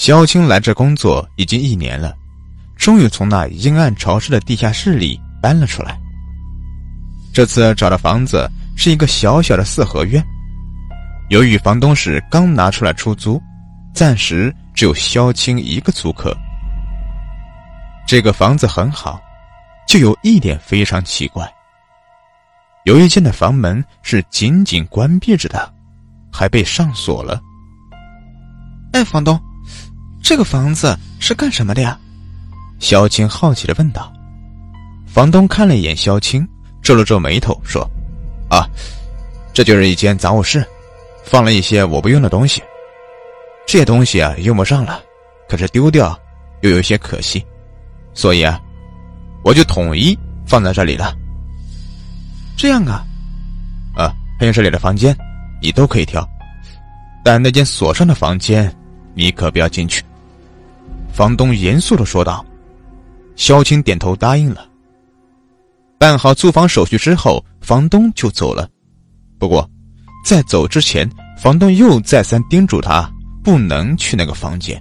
萧青来这工作已经1年了，终于从那阴暗潮湿的地下室里搬了出来。这次找的房子是一个小小的4合院，由于房东是刚拿出来出租，暂时只有萧青一个租客。这个房子很好，就有一点非常奇怪，有一间的房门是紧紧关闭着的，还被上锁了。 哎，房东，这个房子是干什么的呀？ 萧青好奇地问道。房东看了一眼萧青，皱了皱眉头说：这就是一间杂物室，放了一些我不用的东西。这些东西用不上了，可是丢掉又有些可惜，所以我就统一放在这里了。 这样啊？ 还有这里的房间你都可以挑，但那间锁上的房间你可不要进去。房东严肃地说道。萧青点头答应了。办好租房手续之后，房东就走了。不过在走之前，房东又再三叮嘱他不能去那个房间。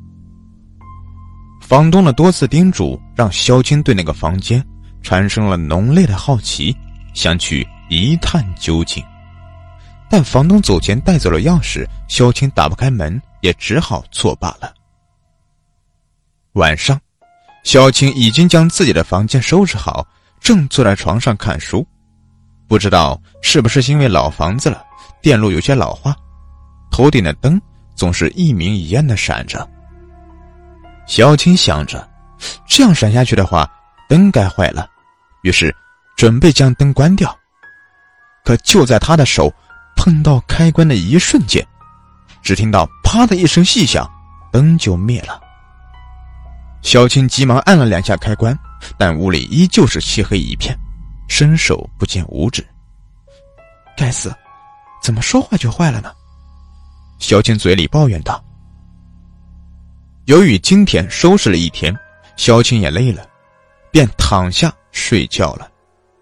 房东的多次叮嘱让萧青对那个房间产生了浓烈的好奇，想去一探究竟。但房东走前带走了钥匙，萧青打不开门，也只好作罢了。晚上，萧青已经将自己的房间收拾好，正坐在床上看书。不知道是不是因为老房子了，电路有些老化，头顶的灯总是一明一暗的闪着。萧青想着，这样闪下去的话，灯该坏了，于是准备将灯关掉。可就在他的手碰到开关的一瞬间，只听到啪的一声细响，灯就灭了。萧青急忙按了2下开关，但屋里依旧是漆黑一片，伸手不见五指。 该死，怎么说话就坏了呢？ 萧青嘴里抱怨道。由于今天收拾了一天，萧青也累了，便躺下睡觉了。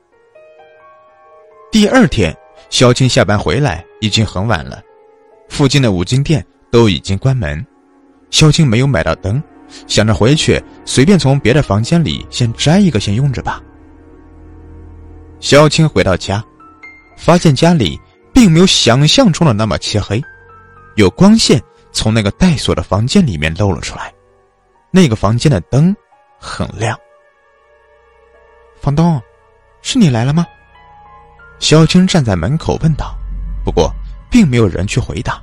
第2天，萧青下班回来已经很晚了，附近的5金店都已经关门。萧青没有买到灯，想着回去随便从别的房间里先摘一个先用着吧。萧青回到家，发现家里并没有想象中的那么漆黑，有光线从那个带锁的房间里面露了出来，那个房间的灯很亮。 房东，是你来了吗？ 萧青站在门口问道，不过并没有人去回答。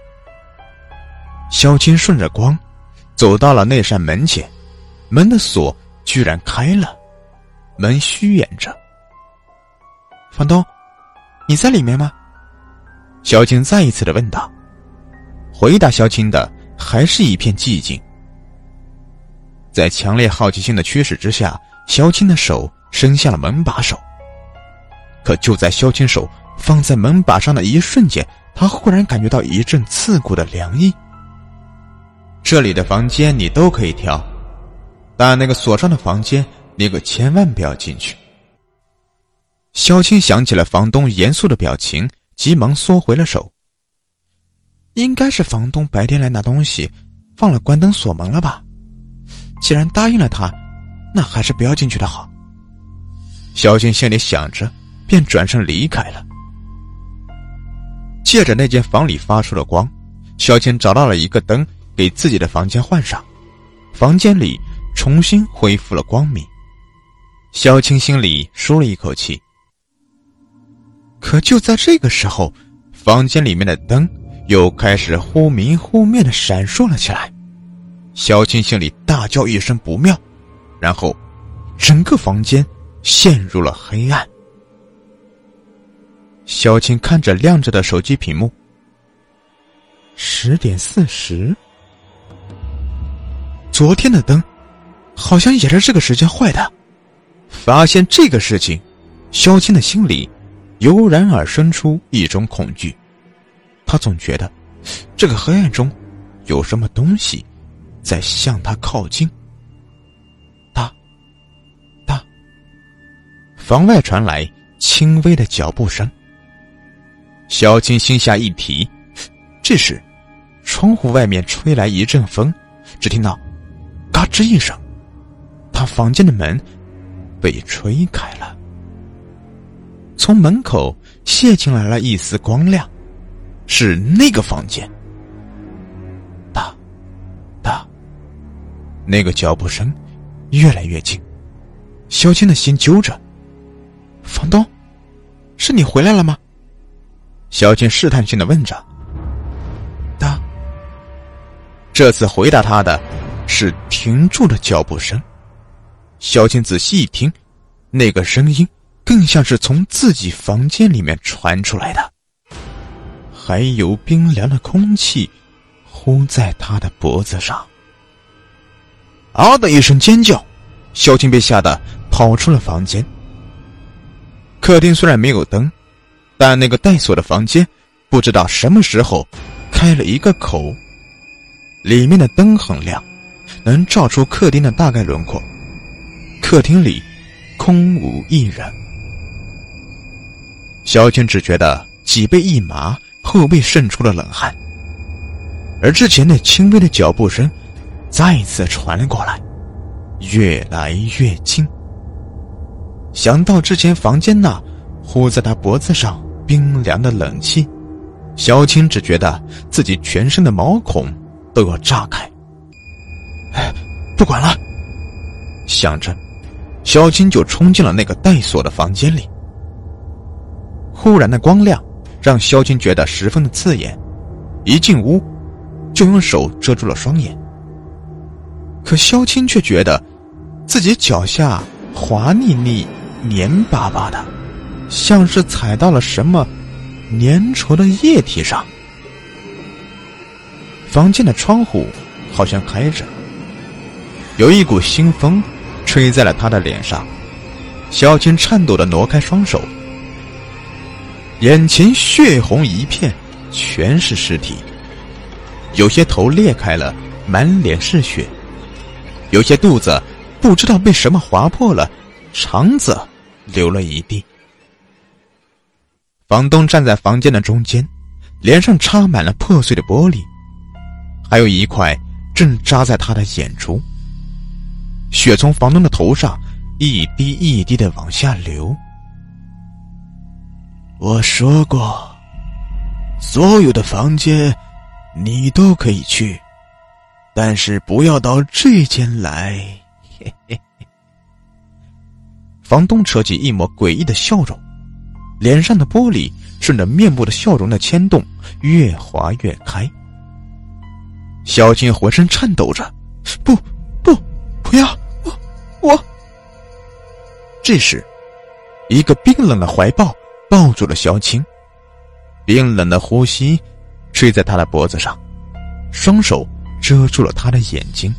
萧青顺着光走到了那扇门前，门的锁居然开了，门虚掩着。 房东，你在里面吗？ 萧青再一次的问道。回答萧青的还是一片寂静。在强烈好奇心的驱使之下，萧青的手伸向了门把手。可就在萧青手放在门把上的一瞬间，他忽然感觉到一阵刺骨的凉意。这里的房间你都可以挑，但那个锁上的房间你可千万不要进去。萧青想起了房东严肃的表情，急忙缩回了手。 应该是房东白天来拿东西忘了关灯锁门了吧，既然答应了他，那还是不要进去的好。 萧青心里想着，便转身离开了。借着那间房里发出的光，萧青找到了一个灯，给自己的房间换上，房间里重新恢复了光明。萧青心里舒了一口气。可就在这个时候，房间里面的灯又开始忽明忽灭地闪烁了起来。萧青心里大叫一声不妙，然后整个房间陷入了黑暗。萧青看着亮着的手机屏幕，10点40，昨天的灯好像也是这个时间坏的。发现这个事情，萧青的心里油然而生出一种恐惧。他总觉得这个黑暗中有什么东西在向他靠近。哒哒，房外传来轻微的脚步声。萧青心下一提，这时窗户外面吹来一阵风，只听到嘎吱一声，他房间的门被吹开了，从门口泄进来了一丝光亮，是那个房间。哒哒，那个脚步声越来越近，萧青的心揪着。房东，是你回来了吗？萧青试探性地问着。哒。这次回答他的是停住的脚步声。萧青仔细一听，那个声音更像是从自己房间里面传出来的，还有冰凉的空气呼在他的脖子上。嗷的一声尖叫，萧青被吓得跑出了房间。客厅虽然没有灯，但那个带锁的房间不知道什么时候开了一个口，里面的灯很亮，能照出客厅的大概轮廓。客厅里空无一人。萧青只觉得脊背一麻，后背渗出了冷汗，而之前那轻微的脚步声再次传了过来，越来越近。想到之前房间那呼在他脖子上冰凉的冷气，萧青只觉得自己全身的毛孔都要炸开。不管了，想着，萧青就冲进了那个带锁的房间里。忽然的光亮让萧青觉得十分的刺眼，一进屋就用手遮住了双眼。可萧青却觉得自己脚下滑腻腻黏巴巴的，像是踩到了什么粘稠的液体上。房间的窗户好像开着，有一股腥风吹在了他的脸上。萧青颤抖地挪开双手，眼前血红一片，全是尸体，有些头裂开了，满脸是血，有些肚子不知道被什么划破了，肠子流了一地。房东站在房间的中间，脸上插满了破碎的玻璃，还有一块正扎在他的眼珠，血从房东的头上一滴一滴地往下流。我说过，所有的房间你都可以去，但是不要到这间来。嘿嘿嘿。房东扯起一抹诡异的笑容，脸上的玻璃顺着面部的笑容的牵动越滑越开。萧青浑身颤抖着，不要，我。这时一个冰冷的怀抱抱住了萧青，冰冷的呼吸吹在他的脖子上，双手遮住了他的眼睛。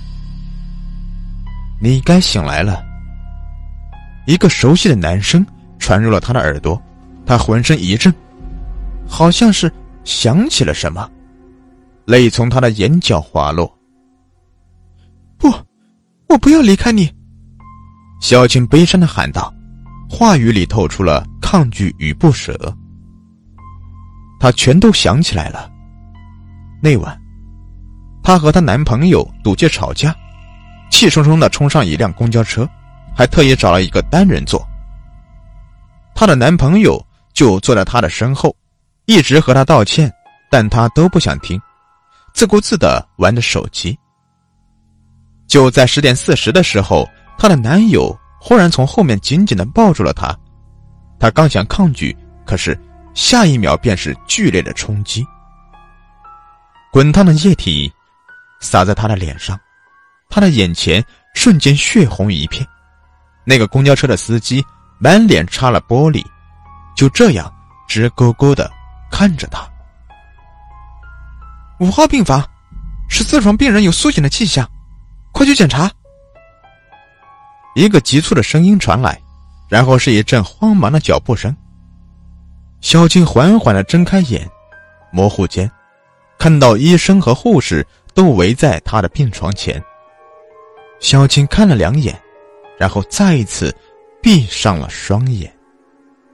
你该醒来了。一个熟悉的男声传入了他的耳朵，他浑身一震，好像是想起了什么，泪从他的眼角滑落。不，我不要离开你！萧青悲伤地喊道，话语里透出了抗拒与不舍。她全都想起来了。那晚，她和她男朋友赌气吵架，气冲冲地冲上一辆公交车，还特意找了一个单人座。她的男朋友就坐在她的身后，一直和她道歉，但她都不想听，自顾自地玩着手机。就在10点40的时候，她的男友忽然从后面紧紧地抱住了她，她刚想抗拒，可是下一秒便是剧烈的冲击。滚烫的液体洒在她的脸上，她的眼前瞬间血红一片。那个公交车的司机满脸插了玻璃，就这样直勾勾地看着她。5号病房，14床病人有苏醒的迹象，快去检查。一个急促的声音传来，然后是一阵慌忙的脚步声。萧青缓缓地睁开眼，模糊间看到医生和护士都围在他的病床前。萧青看了2眼，然后再一次闭上了双眼。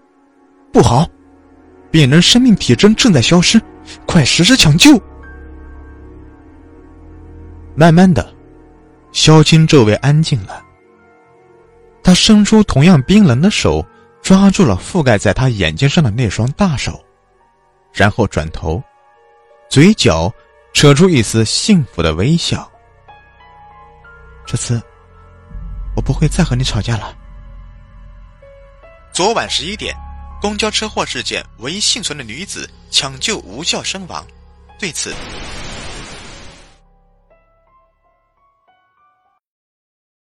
不好，病人生命体征正在消失，快实施抢救！ 慢慢的，萧青周围安静了。他伸出同样冰冷的手，抓住了覆盖在他眼睛上的那双大手，然后转头，嘴角扯出一丝幸福的微笑。这次，我不会再和你吵架了。昨晚11点，公交车祸事件唯一幸存的女子抢救无效身亡，对此